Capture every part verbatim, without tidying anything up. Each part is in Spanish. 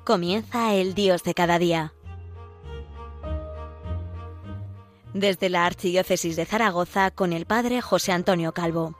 Comienza el Dios de cada día. Desde la Archidiócesis de Zaragoza con el Padre José Antonio Calvo.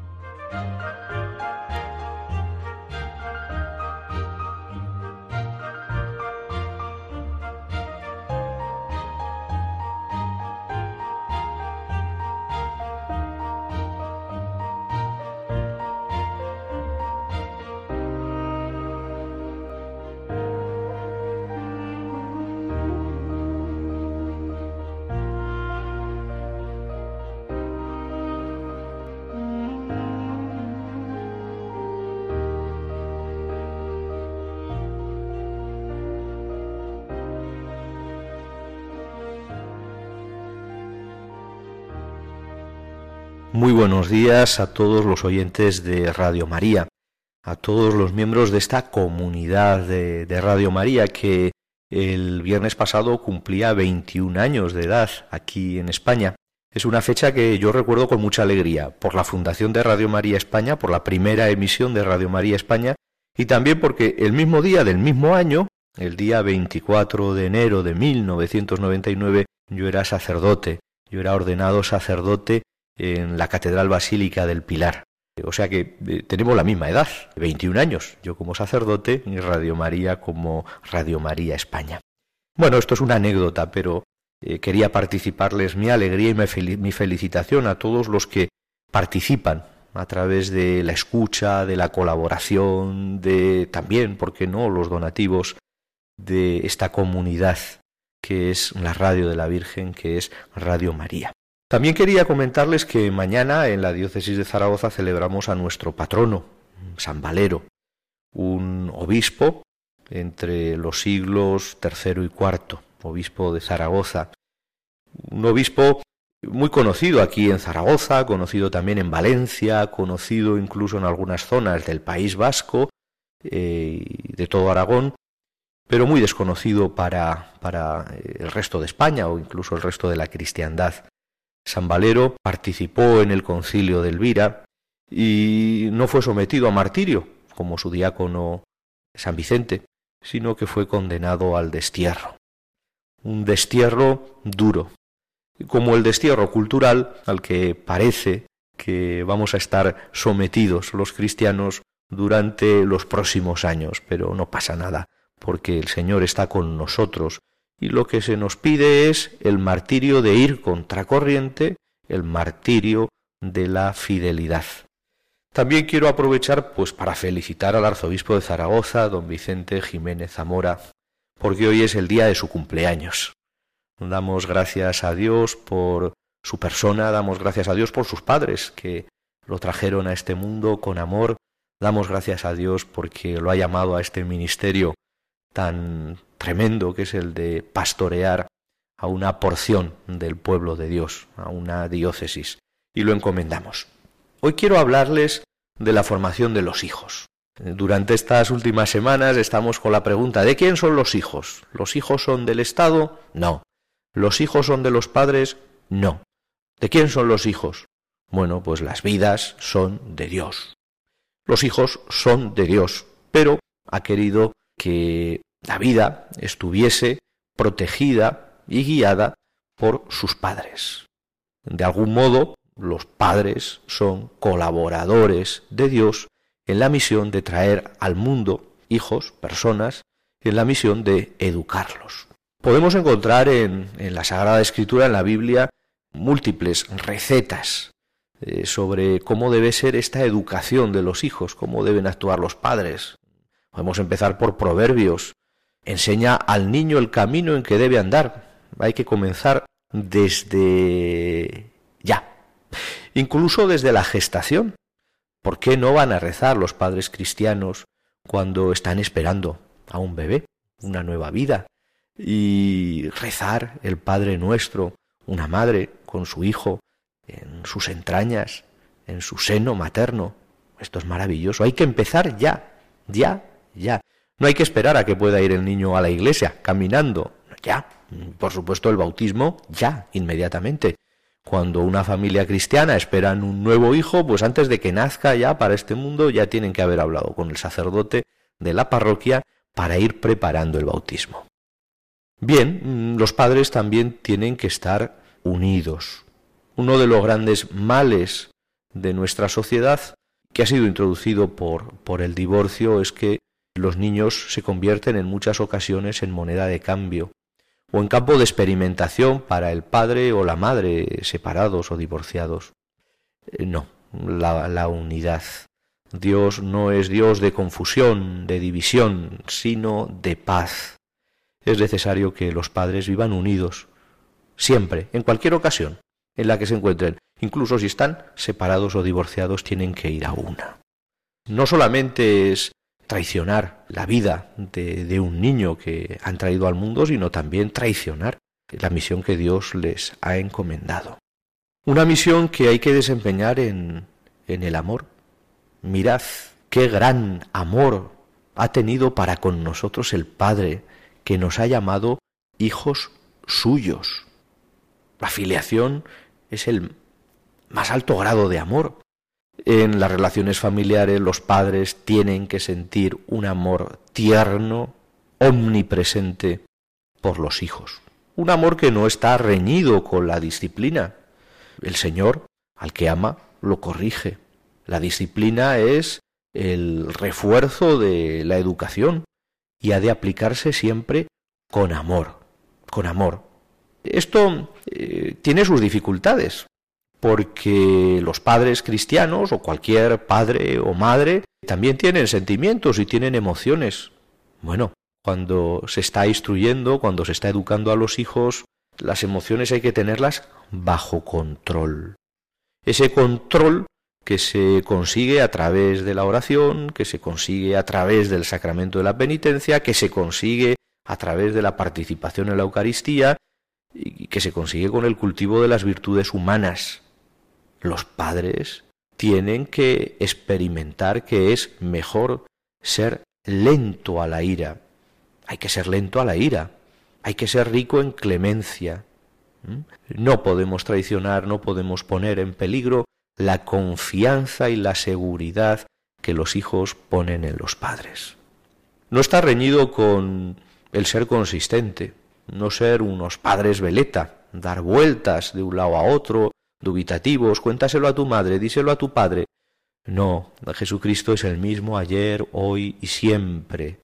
Muy buenos días a todos los oyentes de Radio María, a todos los miembros de esta comunidad de, de Radio María que el viernes pasado cumplía veintiún años de edad aquí en España. Es una fecha que yo recuerdo con mucha alegría por la fundación de Radio María España, por la primera emisión de Radio María España y también porque el mismo día del mismo año, el día veinticuatro de enero de mil novecientos noventa y nueve, yo era sacerdote, yo era ordenado sacerdote en la Catedral Basílica del Pilar. O sea que eh, tenemos la misma edad, veintiún años, yo como sacerdote y Radio María como Radio María España. Bueno, esto es una anécdota, pero eh, quería participarles mi alegría y mi, fel- mi felicitación a todos los que participan a través de la escucha, de la colaboración, de también, ¿por qué no?, los donativos de esta comunidad que es la Radio de la Virgen, que es Radio María. También quería comentarles que mañana en la diócesis de Zaragoza celebramos a nuestro patrono, San Valero, un obispo entre los siglos tercero y cuarto, obispo de Zaragoza, un obispo muy conocido aquí en Zaragoza, conocido también en Valencia, conocido incluso en algunas zonas del País Vasco eh, y de todo Aragón, pero muy desconocido para, para el resto de España o incluso el resto de la cristiandad. San Valero participó en el concilio de Elvira y no fue sometido a martirio, como su diácono San Vicente, sino que fue condenado al destierro. Un destierro duro, como el destierro cultural al que parece que vamos a estar sometidos los cristianos durante los próximos años, pero no pasa nada, porque el Señor está con nosotros. Y lo que se nos pide es el martirio de ir contracorriente, el martirio de la fidelidad. También quiero aprovechar pues para felicitar al arzobispo de Zaragoza, don Vicente Jiménez Zamora, porque hoy es el día de su cumpleaños. Damos gracias a Dios por su persona, damos gracias a Dios por sus padres que lo trajeron a este mundo con amor, damos gracias a Dios porque lo ha llamado a este ministerio tan tremendo que es el de pastorear a una porción del pueblo de Dios, a una diócesis, y lo encomendamos. Hoy quiero hablarles de la formación de los hijos. Durante estas últimas semanas estamos con la pregunta ¿de quién son los hijos? ¿Los hijos son del Estado? No. ¿Los hijos son de los padres? No. ¿De quién son los hijos? Bueno, pues las vidas son de Dios. Los hijos son de Dios, pero ha querido que la vida estuviese protegida y guiada por sus padres. De algún modo, los padres son colaboradores de Dios en la misión de traer al mundo hijos, personas, en la misión de educarlos. Podemos encontrar en, en la Sagrada Escritura, en la Biblia, múltiples recetas eh, sobre cómo debe ser esta educación de los hijos, cómo deben actuar los padres. Podemos empezar por Proverbios. Enseña al niño el camino en que debe andar. Hay que comenzar desde ya, incluso desde la gestación. ¿Por qué no van a rezar los padres cristianos cuando están esperando a un bebé, una nueva vida? Y rezar el Padre Nuestro, una madre con su hijo en sus entrañas, en su seno materno. Esto es maravilloso. Hay que empezar ya, ya, ya. No hay que esperar a que pueda ir el niño a la iglesia, caminando. Ya, por supuesto el bautismo, ya, inmediatamente. Cuando una familia cristiana esperan un nuevo hijo, pues antes de que nazca ya para este mundo, ya tienen que haber hablado con el sacerdote de la parroquia para ir preparando el bautismo. Bien, los padres también tienen que estar unidos. Uno de los grandes males de nuestra sociedad, que ha sido introducido por, por el divorcio, es que los niños se convierten en muchas ocasiones en moneda de cambio o en campo de experimentación para el padre o la madre separados o divorciados. Eh, no, la, la unidad. Dios no es Dios de confusión, de división, sino de paz. Es necesario que los padres vivan unidos, siempre, en cualquier ocasión en la que se encuentren. Incluso si están separados o divorciados, tienen que ir a una. No solamente es traicionar la vida de, de un niño que han traído al mundo, sino también traicionar la misión que Dios les ha encomendado. Una misión que hay que desempeñar en, en el amor. Mirad qué gran amor ha tenido para con nosotros el Padre, que nos ha llamado hijos suyos. La filiación es el más alto grado de amor. En las relaciones familiares los padres tienen que sentir un amor tierno, omnipresente por los hijos. Un amor que no está reñido con la disciplina. El Señor, al que ama, lo corrige. La disciplina es el refuerzo de la educación y ha de aplicarse siempre con amor, con amor. Esto eh, tiene sus dificultades, porque los padres cristianos o cualquier padre o madre también tienen sentimientos y tienen emociones. Bueno, cuando se está instruyendo, cuando se está educando a los hijos, las emociones hay que tenerlas bajo control. Ese control que se consigue a través de la oración, que se consigue a través del sacramento de la penitencia, que se consigue a través de la participación en la Eucaristía y que se consigue con el cultivo de las virtudes humanas. Los padres tienen que experimentar que es mejor ser lento a la ira. Hay que ser lento a la ira. Hay que ser rico en clemencia. No podemos traicionar, no podemos poner en peligro la confianza y la seguridad que los hijos ponen en los padres. No está reñido con el ser consistente, no ser unos padres veleta, dar vueltas de un lado a otro, dubitativos, cuéntaselo a tu madre, díselo a tu padre. No, Jesucristo es el mismo ayer, hoy y siempre.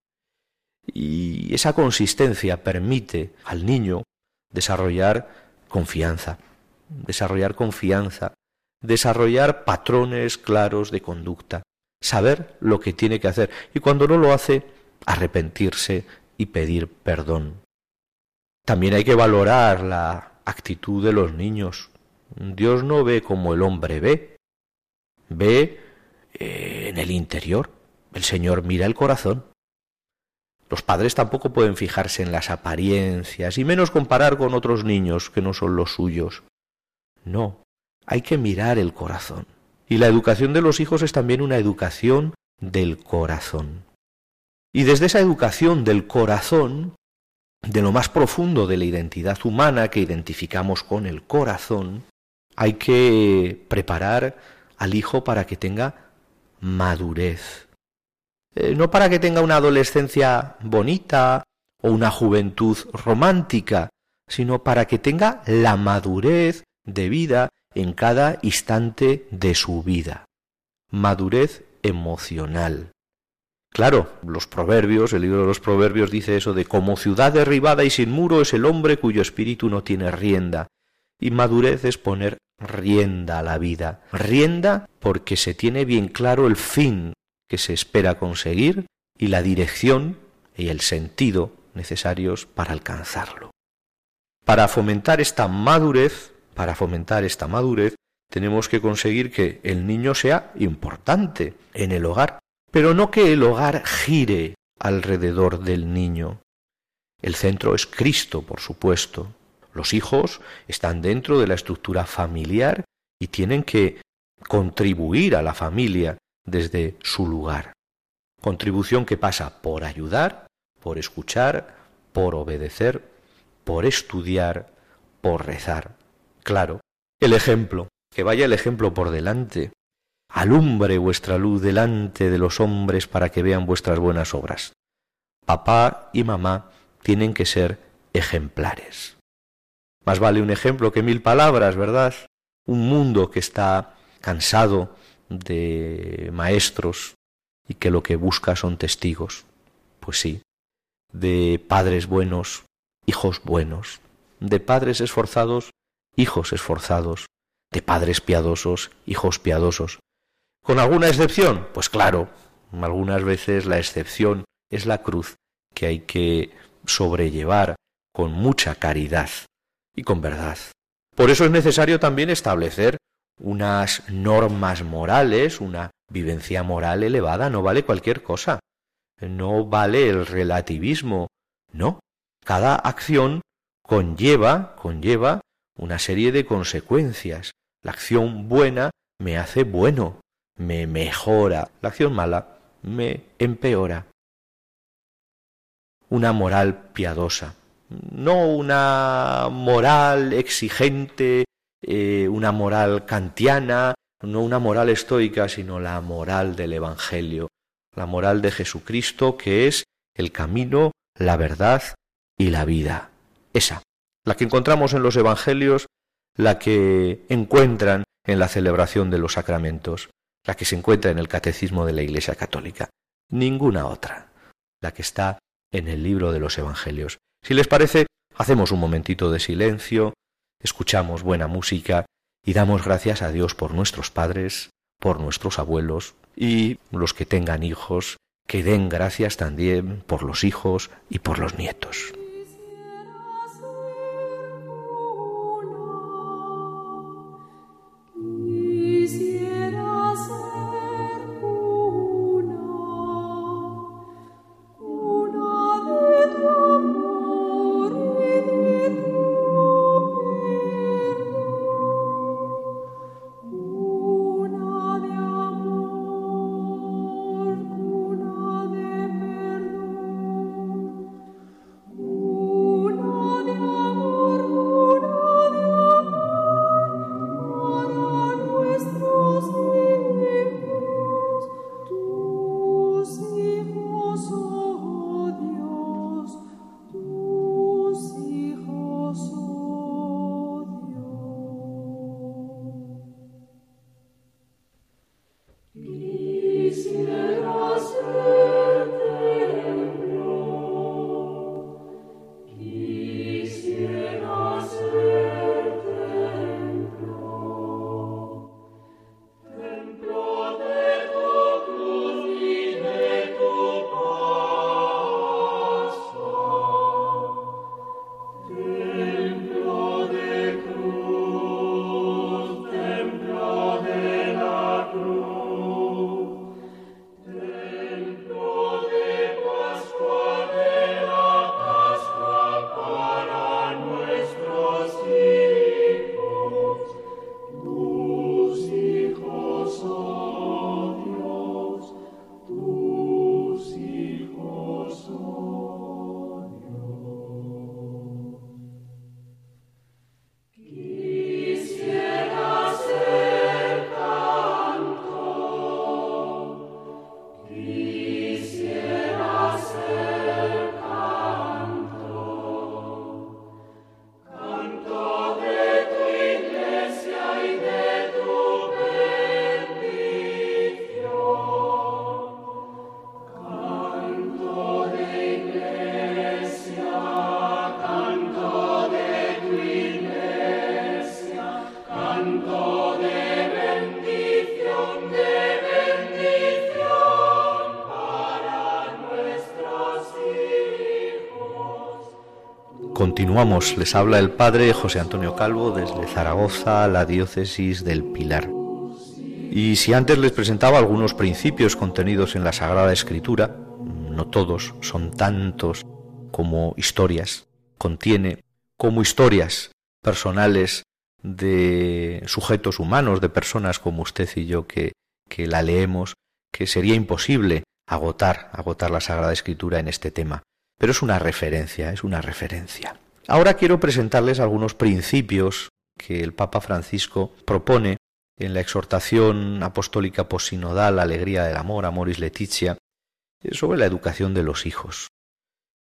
Y esa consistencia permite al niño desarrollar confianza, desarrollar confianza, desarrollar patrones claros de conducta, saber lo que tiene que hacer y cuando no lo hace, arrepentirse y pedir perdón. También hay que valorar la actitud de los niños. Dios no ve como el hombre ve, ve eh, en el interior. El Señor mira el corazón. Los padres tampoco pueden fijarse en las apariencias y menos comparar con otros niños que no son los suyos. No, hay que mirar el corazón. Y la educación de los hijos es también una educación del corazón. Y desde esa educación del corazón, de lo más profundo de la identidad humana que identificamos con el corazón, hay que preparar al hijo para que tenga madurez. Eh, no para que tenga una adolescencia bonita o una juventud romántica, sino para que tenga la madurez de vida en cada instante de su vida. Madurez emocional. Claro, los proverbios, el libro de los proverbios dice eso de como ciudad derribada y sin muro es el hombre cuyo espíritu no tiene rienda. Y madurez es poner rienda a la vida. Rienda porque se tiene bien claro el fin que se espera conseguir y la dirección y el sentido necesarios para alcanzarlo. Para fomentar esta madurez, para fomentar esta madurez, tenemos que conseguir que el niño sea importante en el hogar, pero no que el hogar gire alrededor del niño. El centro es Cristo, por supuesto. Los hijos están dentro de la estructura familiar y tienen que contribuir a la familia desde su lugar. Contribución que pasa por ayudar, por escuchar, por obedecer, por estudiar, por rezar. Claro, el ejemplo, que vaya el ejemplo por delante. Alumbre vuestra luz delante de los hombres para que vean vuestras buenas obras. Papá y mamá tienen que ser ejemplares. Más vale un ejemplo que mil palabras, ¿verdad? Un mundo que está cansado de maestros y que lo que busca son testigos. Pues sí, de padres buenos, hijos buenos, de padres esforzados, hijos esforzados, de padres piadosos, hijos piadosos. ¿Con alguna excepción? Pues claro, algunas veces la excepción es la cruz que hay que sobrellevar con mucha caridad y con verdad. Por eso es necesario también establecer unas normas morales, una vivencia moral elevada. No vale cualquier cosa, no vale el relativismo, no. Cada acción conlleva, conlleva una serie de consecuencias. La acción buena me hace bueno, me mejora. La acción mala me empeora. Una moral piadosa, no una moral exigente, eh, una moral kantiana, no una moral estoica, sino la moral del Evangelio, la moral de Jesucristo, que es el camino, la verdad y la vida. Esa, la que encontramos en los Evangelios, la que encuentran en la celebración de los sacramentos, la que se encuentra en el Catecismo de la Iglesia Católica. Ninguna otra, la que está en el libro de los Evangelios. Si les parece, hacemos un momentito de silencio, escuchamos buena música y damos gracias a Dios por nuestros padres, por nuestros abuelos y los que tengan hijos, que den gracias también por los hijos y por los nietos. Continuamos, les habla el padre José Antonio Calvo desde Zaragoza, la diócesis del Pilar. Y si antes les presentaba algunos principios contenidos en la Sagrada Escritura, no todos, son tantos como historias, contiene como historias personales de sujetos humanos, de personas como usted y yo que, que la leemos, que sería imposible agotar, agotar la Sagrada Escritura en este tema. Pero es una referencia, es una referencia. Ahora quiero presentarles algunos principios que el Papa Francisco propone en la exhortación apostólica posinodal Alegría del Amor, Amoris Laetitia, sobre la educación de los hijos.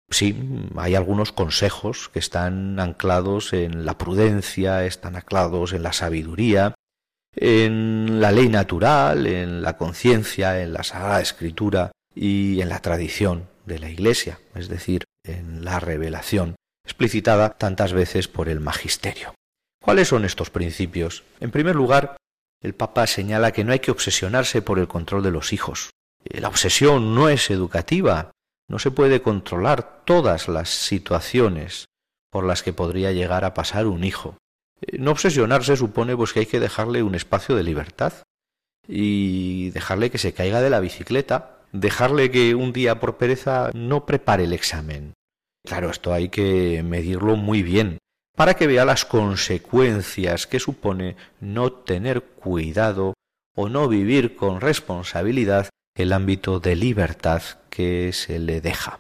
Sí, hay algunos consejos que están anclados en la prudencia, están anclados en la sabiduría, en la ley natural, en la conciencia, en la Sagrada Escritura y en la tradición de la Iglesia, es decir, en la revelación explicitada tantas veces por el magisterio. ¿Cuáles son estos principios? En primer lugar, el Papa señala que no hay que obsesionarse por el control de los hijos. La obsesión no es educativa, no se puede controlar todas las situaciones por las que podría llegar a pasar un hijo. No obsesionarse supone pues que hay que dejarle un espacio de libertad y dejarle que se caiga de la bicicleta, dejarle que un día por pereza no prepare el examen. Claro, esto hay que medirlo muy bien para que vea las consecuencias que supone no tener cuidado o no vivir con responsabilidad el ámbito de libertad que se le deja.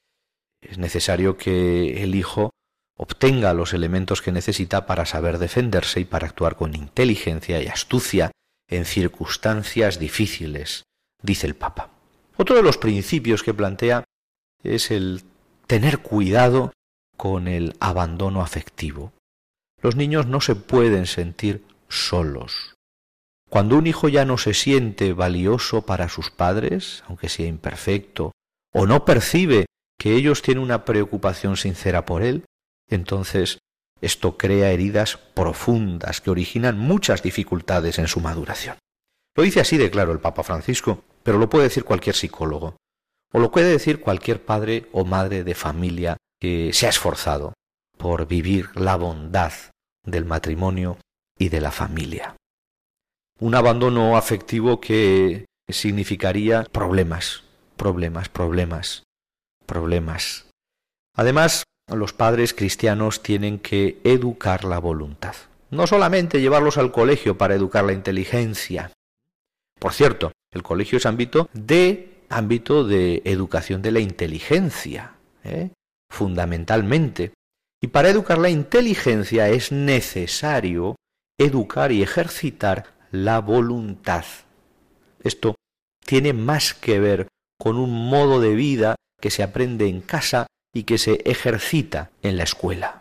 Es necesario que el hijo obtenga los elementos que necesita para saber defenderse y para actuar con inteligencia y astucia en circunstancias difíciles, dice el Papa. Otro de los principios que plantea es el tener cuidado con el abandono afectivo. Los niños no se pueden sentir solos. Cuando un hijo ya no se siente valioso para sus padres, aunque sea imperfecto, o no percibe que ellos tienen una preocupación sincera por él, entonces esto crea heridas profundas que originan muchas dificultades en su maduración. Lo dice así de claro el Papa Francisco, pero lo puede decir cualquier psicólogo, o lo puede decir cualquier padre o madre de familia que se ha esforzado por vivir la bondad del matrimonio y de la familia. Un abandono afectivo que significaría problemas, problemas, problemas, problemas. Además, los padres cristianos tienen que educar la voluntad. No solamente llevarlos al colegio para educar la inteligencia. Por cierto, el colegio es ámbito de, ámbito de educación de la inteligencia, ¿eh? fundamentalmente. Y para educar la inteligencia es necesario educar y ejercitar la voluntad. Esto tiene más que ver con un modo de vida que se aprende en casa y que se ejercita en la escuela.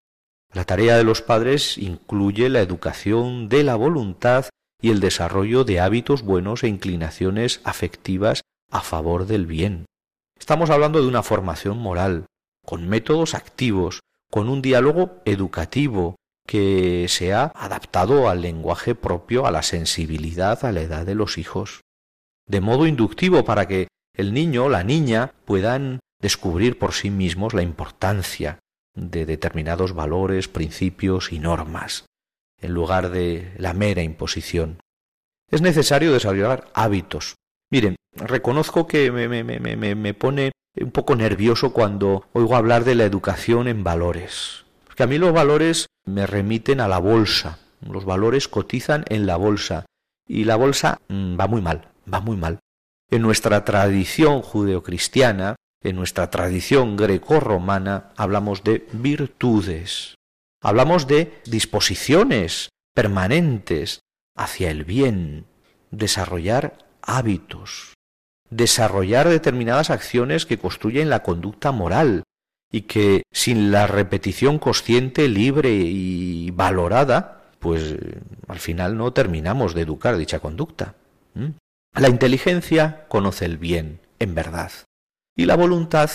La tarea de los padres incluye la educación de la voluntad y el desarrollo de hábitos buenos e inclinaciones afectivas a favor del bien. Estamos hablando de una formación moral, con métodos activos, con un diálogo educativo que se ha adaptado al lenguaje propio, a la sensibilidad, a la edad de los hijos, de modo inductivo para que el niño o la niña puedan descubrir por sí mismos la importancia de determinados valores, principios y normas, en lugar de la mera imposición. Es necesario desarrollar hábitos. Miren, reconozco que me, me, me, me, me pone un poco nervioso cuando oigo hablar de la educación en valores. Porque a mí los valores me remiten a la bolsa. Los valores cotizan en la bolsa. Y la bolsa mmm, va muy mal, va muy mal. En nuestra tradición judeocristiana, en nuestra tradición grecorromana, hablamos de virtudes. Hablamos de disposiciones permanentes hacia el bien, desarrollar hábitos, desarrollar determinadas acciones que construyen la conducta moral y que sin la repetición consciente, libre y valorada, pues al final no terminamos de educar dicha conducta. ¿Mm? La inteligencia conoce el bien, en verdad, y la voluntad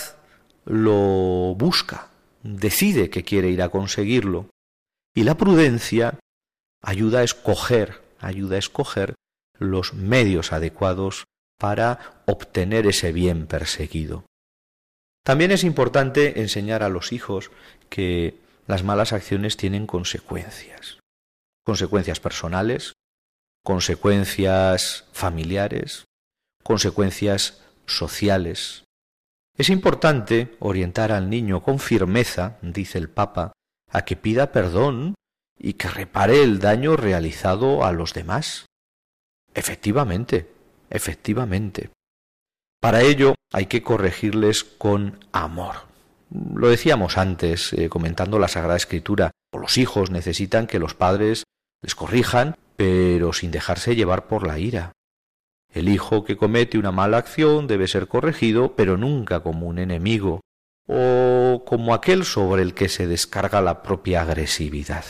lo busca, decide que quiere ir a conseguirlo, y la prudencia ayuda a escoger, ayuda a escoger los medios adecuados para obtener ese bien perseguido. También es importante enseñar a los hijos que las malas acciones tienen consecuencias, consecuencias personales, consecuencias familiares, consecuencias sociales. Es importante orientar al niño con firmeza, dice el Papa, a que pida perdón y que repare el daño realizado a los demás. Efectivamente, efectivamente. Para ello hay que corregirles con amor. Lo decíamos antes, eh, comentando la Sagrada Escritura. Los hijos necesitan que los padres les corrijan, pero sin dejarse llevar por la ira. El hijo que comete una mala acción debe ser corregido, pero nunca como un enemigo. o como aquel sobre el que se descarga la propia agresividad.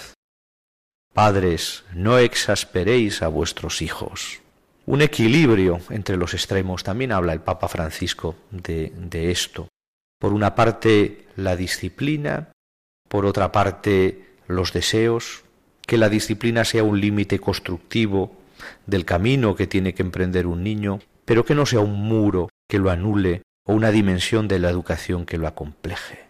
Padres, no exasperéis a vuestros hijos. Un equilibrio entre los extremos, también habla el Papa Francisco de, de esto. Por una parte, la disciplina, por otra parte, los deseos, que la disciplina sea un límite constructivo del camino que tiene que emprender un niño, pero que no sea un muro que lo anule o una dimensión de la educación que lo acompleje.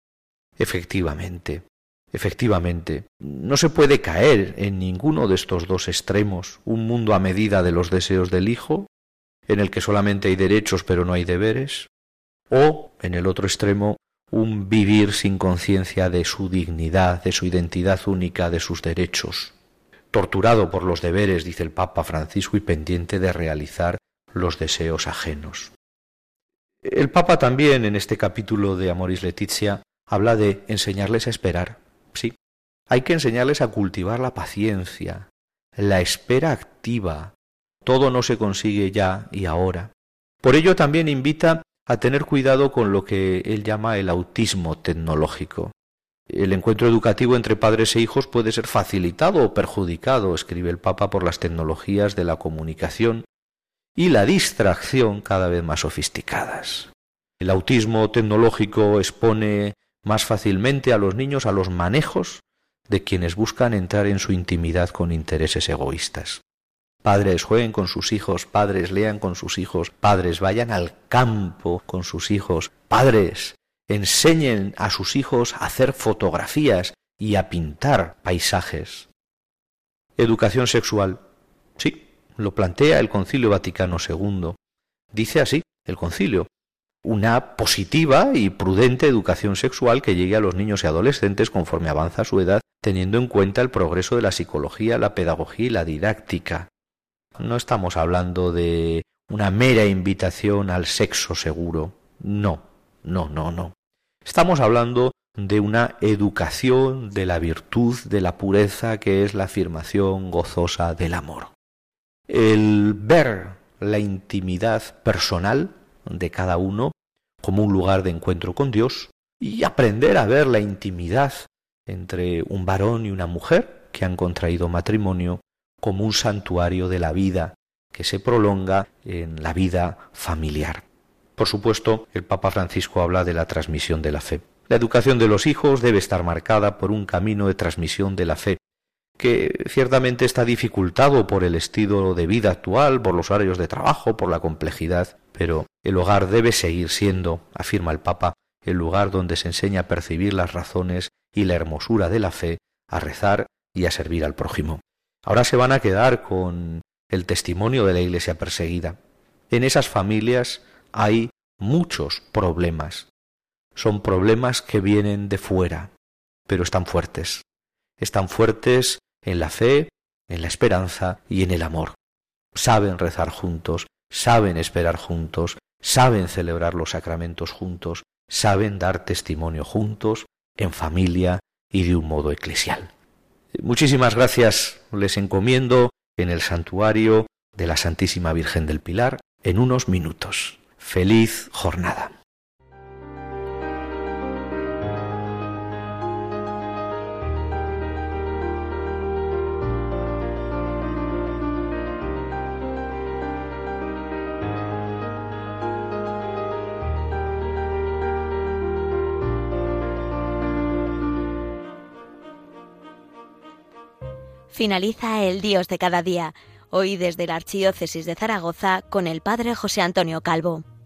Efectivamente, efectivamente, no se puede caer en ninguno de estos dos extremos, un mundo a medida de los deseos del hijo, en el que solamente hay derechos pero no hay deberes, o, en el otro extremo, un vivir sin conciencia de su dignidad, de su identidad única, de sus derechos, torturado por los deberes, dice el Papa Francisco, y pendiente de realizar los deseos ajenos. El Papa también, en este capítulo de Amoris Laetitia, habla de enseñarles a esperar. Sí, hay que enseñarles a cultivar la paciencia, la espera activa. Todo no se consigue ya y ahora. Por ello también invita a tener cuidado con lo que él llama el autismo tecnológico. El encuentro educativo entre padres e hijos puede ser facilitado o perjudicado, escribe el Papa, por las tecnologías de la comunicación y la distracción cada vez más sofisticadas. El autismo tecnológico expone más fácilmente a los niños a los manejos de quienes buscan entrar en su intimidad con intereses egoístas. Padres, jueguen con sus hijos, padres, lean con sus hijos, padres, vayan al campo con sus hijos, padres, enseñen a sus hijos a hacer fotografías y a pintar paisajes. Educación sexual. Sí, lo plantea el Concilio Vaticano segundo. Dice así el Concilio: una positiva y prudente educación sexual que llegue a los niños y adolescentes conforme avanza su edad, teniendo en cuenta el progreso de la psicología, la pedagogía y la didáctica. No estamos hablando de una mera invitación al sexo seguro. No, no, no, no. Estamos hablando de una educación de la virtud, de la pureza, que es la afirmación gozosa del amor. El ver la intimidad personal de cada uno como un lugar de encuentro con Dios y aprender a ver la intimidad entre un varón y una mujer que han contraído matrimonio como un santuario de la vida que se prolonga en la vida familiar. Por supuesto, el Papa Francisco habla de la transmisión de la fe. La educación de los hijos debe estar marcada por un camino de transmisión de la fe, que ciertamente está dificultado por el estilo de vida actual, por los horarios de trabajo, por la complejidad, pero el hogar debe seguir siendo, afirma el Papa, el lugar donde se enseña a percibir las razones y la hermosura de la fe, a rezar y a servir al prójimo. Ahora se van a quedar con el testimonio de la Iglesia perseguida. En esas familias hay muchos problemas. Son problemas que vienen de fuera, pero están fuertes. Están fuertes en la fe, en la esperanza y en el amor. Saben rezar juntos, saben esperar juntos, saben celebrar los sacramentos juntos, saben dar testimonio juntos, en familia y de un modo eclesial. Muchísimas gracias, les encomiendo en el santuario de la Santísima Virgen del Pilar en unos minutos. Feliz jornada. Finaliza el Dios de cada día, hoy desde la Archidiócesis de Zaragoza con el Padre José Antonio Calvo.